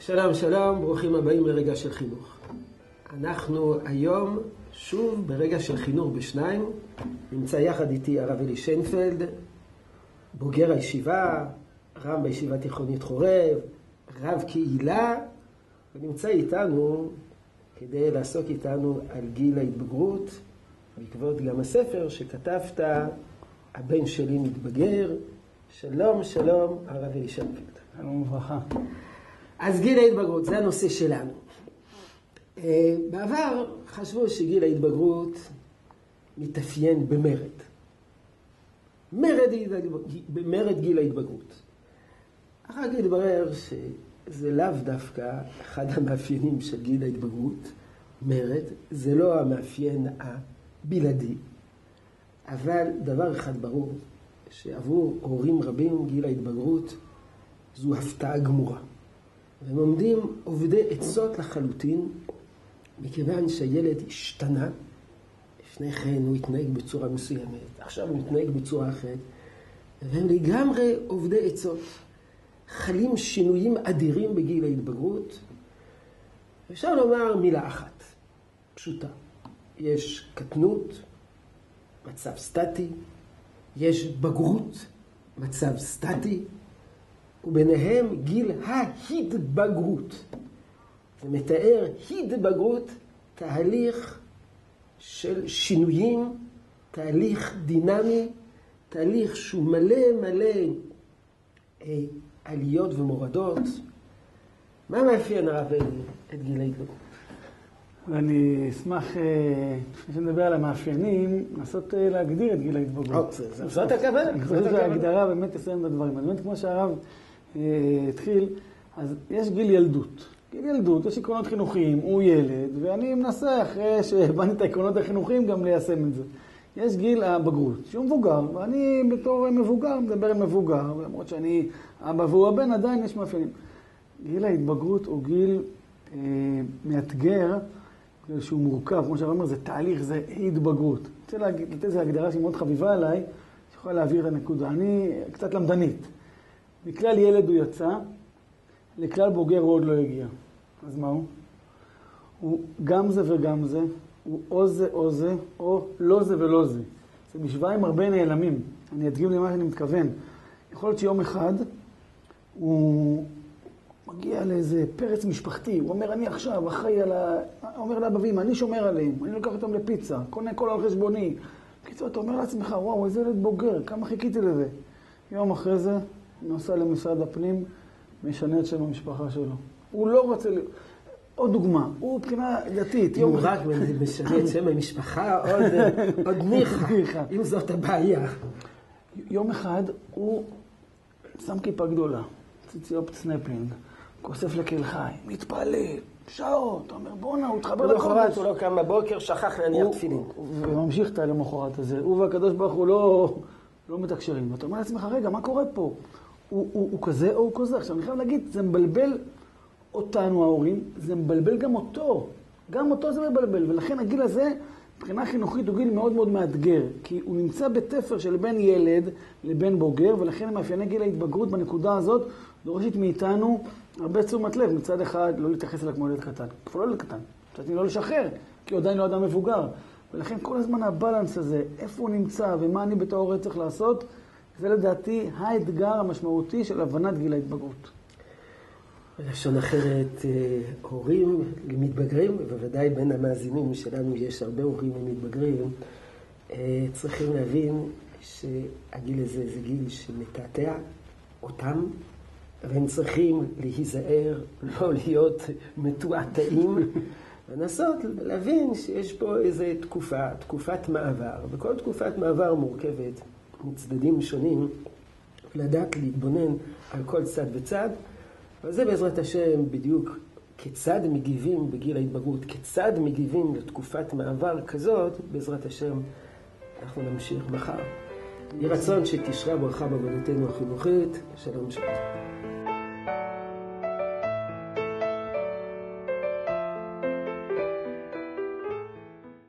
שלום שלום, ברוכים הבאים לרגע של חינוך. אנחנו היום שוב ברגע של חינוך בשניים. נמצא יחד איתי הרב אלי שיינפלד, בוגר הישיבה, רב בישיבה תיכונית חורב, רב קהילה, ונמצא איתנו כדי לעסוק איתנו על גיל ההתבגרות, בעקבות גם הספר שכתבת, הבן שלי מתבגר. שלום שלום, הרב אלי שיינפלד. שלום וברכה. אז גיל ההתבגרות, זה הנושא שלנו. בעבר חשבו שגיל ההתבגרות מתאפיין במרד. במרד גיל ההתבגרות. אחר כך התברר שזה לאו דווקא אחד המאפיינים של גיל ההתבגרות. מרד, זה לא המאפיין הבלעדי. אבל דבר אחד ברור, שעבור הורים רבים גיל ההתבגרות זו הפתעה גמורה. והם עומדים עובדי עצות לחלוטין, מכיוון שהילד השתנה. לפני כן הוא התנהג בצורה מסוימת, עכשיו הוא מתנהג בצורה אחרת, והם לגמרי עובדי עצות. חלים שינויים אדירים בגיל ההתבגרות. אפשר לומר מילה אחת, פשוטה. יש קטנות, מצב סטטי, יש בגרות, מצב סטטי, וביניהם גיל ההתבגרות. זה מתאר התבגרות, תהליך של שינויים, תהליך דינמי, תהליך שהוא מלא עליות ומורדות. מה מאפיין הרב אלי את גיל ההתבגרות? ואני אשמח, לפני שנדבר על המאפיינים, לנסות להגדיר את גיל ההתבגרות. זאת הכוונה. אני חושב שההגדרה באמת תסיים את הדברים. אז באמת כמו שהרב התחיל, אז יש גיל ילדות. גיל ילדות, יש עקרונות חינוכיים, הוא ילד, ואני מנסה אחרי שהבנתי את העקרונות החינוכיים גם ליישם את זה. יש גיל הבגרות, שהוא מבוגר, ואני בתור מבוגר מדבר על מבוגר, למרות שאני אבא והוא הבן, עדיין יש מאפיינים. גיל ההתבגרות הוא גיל מאתגר, שהוא מורכב, כמו שהרב אומר, זה תהליך, זה התבגרות. אני רוצה לתת איזו הגדרה שהיא מאוד חביבה עליי, שיכולה להעביר את הנקודה. אני קצת למדנית. מכלל ילד הוא יצא, לכלל בוגר הוא עוד לא הגיע. אז מה הוא? הוא גם זה וגם זה, הוא או זה או זה, או לא זה ולא זה. זה משוואה עם הרבה נעלמים. אני אדגים למה שאני מתכוון. יכול להיות שיום אחד הוא מגיע לאיזה פרץ משפחתי, הוא אומר, אני עכשיו אחראי על אומר לאבא ואמא, אני שומר עליהם, אני לוקח אותם לפיצה, קונה כל על חשבוני. בקיצור, אתה אומר לעצמך, וואו, איזה ילד בוגר, כמה חיכיתי לזה. יום אחרי זה, נוסע למשרד הפנים, משנה את שם המשפחה שלו. הוא לא רוצה עוד דוגמה, הוא מבחינה דתית. הוא רק משנה את שם המשפחה, עוד ניחא, אם זאת הבעיה. יום אחד הוא שם כיפה גדולה, ציציופ סנפלינג, כוסף לקהל חי, מתפלל, שעות, אתה אומר בונה, הוא התחבר לקודש. הוא לא קם בבוקר, שכח להניח תפילין. וממשיך את למחרת הזה, הוא והקדוש ברוך הוא לא מתקשרים. ואתה אומר לעצמך, רגע, מה קורה פה? הוא כזה או הוא כזה. עכשיו אני חייב להגיד, זה מבלבל אותנו ההורים, זה מבלבל גם אותו. גם אותו זה מבלבל, ולכן הגיל הזה, מבחינה חינוכית, הוא גיל מאוד מאוד מאתגר, כי הוא נמצא בתפר של בין ילד לבין בוגר, ולכן מאפייני גיל ההתבגרות בנקודה הזאת דורשת מאיתנו הרבה תשומת לב. מצד אחד, לא להתייחס אליו כמו ילד קטן, כבר לא ילד קטן, מצד שני לא לשחרר, כי הוא עדיין לא אדם מבוגר. ולכן כל הזמן הבלנס הזה, איפה הוא נמצא ומה אני בתור הורה צריך לעשות, זה לדעתי האתגר המשמעותי של הבנת גיל ההתבגרות. בלשון אחרת, הורים מתבגרים, ובוודאי בין המאזינים שלנו יש הרבה הורים ומתבגרים, צריכים להבין שהגיל הזה זה גיל שמקעקע אותם, והם צריכים להיזהר, לא להיות מתועתעים, לנסות להבין שיש פה איזו תקופת מעבר, וכל תקופת מעבר מורכבת מצדדים שונים, לדעת להתבונן על כל צד וצד, וזה בעזרת השם בדיוק כיצד מגיבים בגיל ההתבגרות, כיצד מגיבים לתקופת מעבר כזאת, בעזרת השם אנחנו נמשיך מחר. יהי רצון שתשרה ברכה בעבודתנו החינוכית. שלום שלום.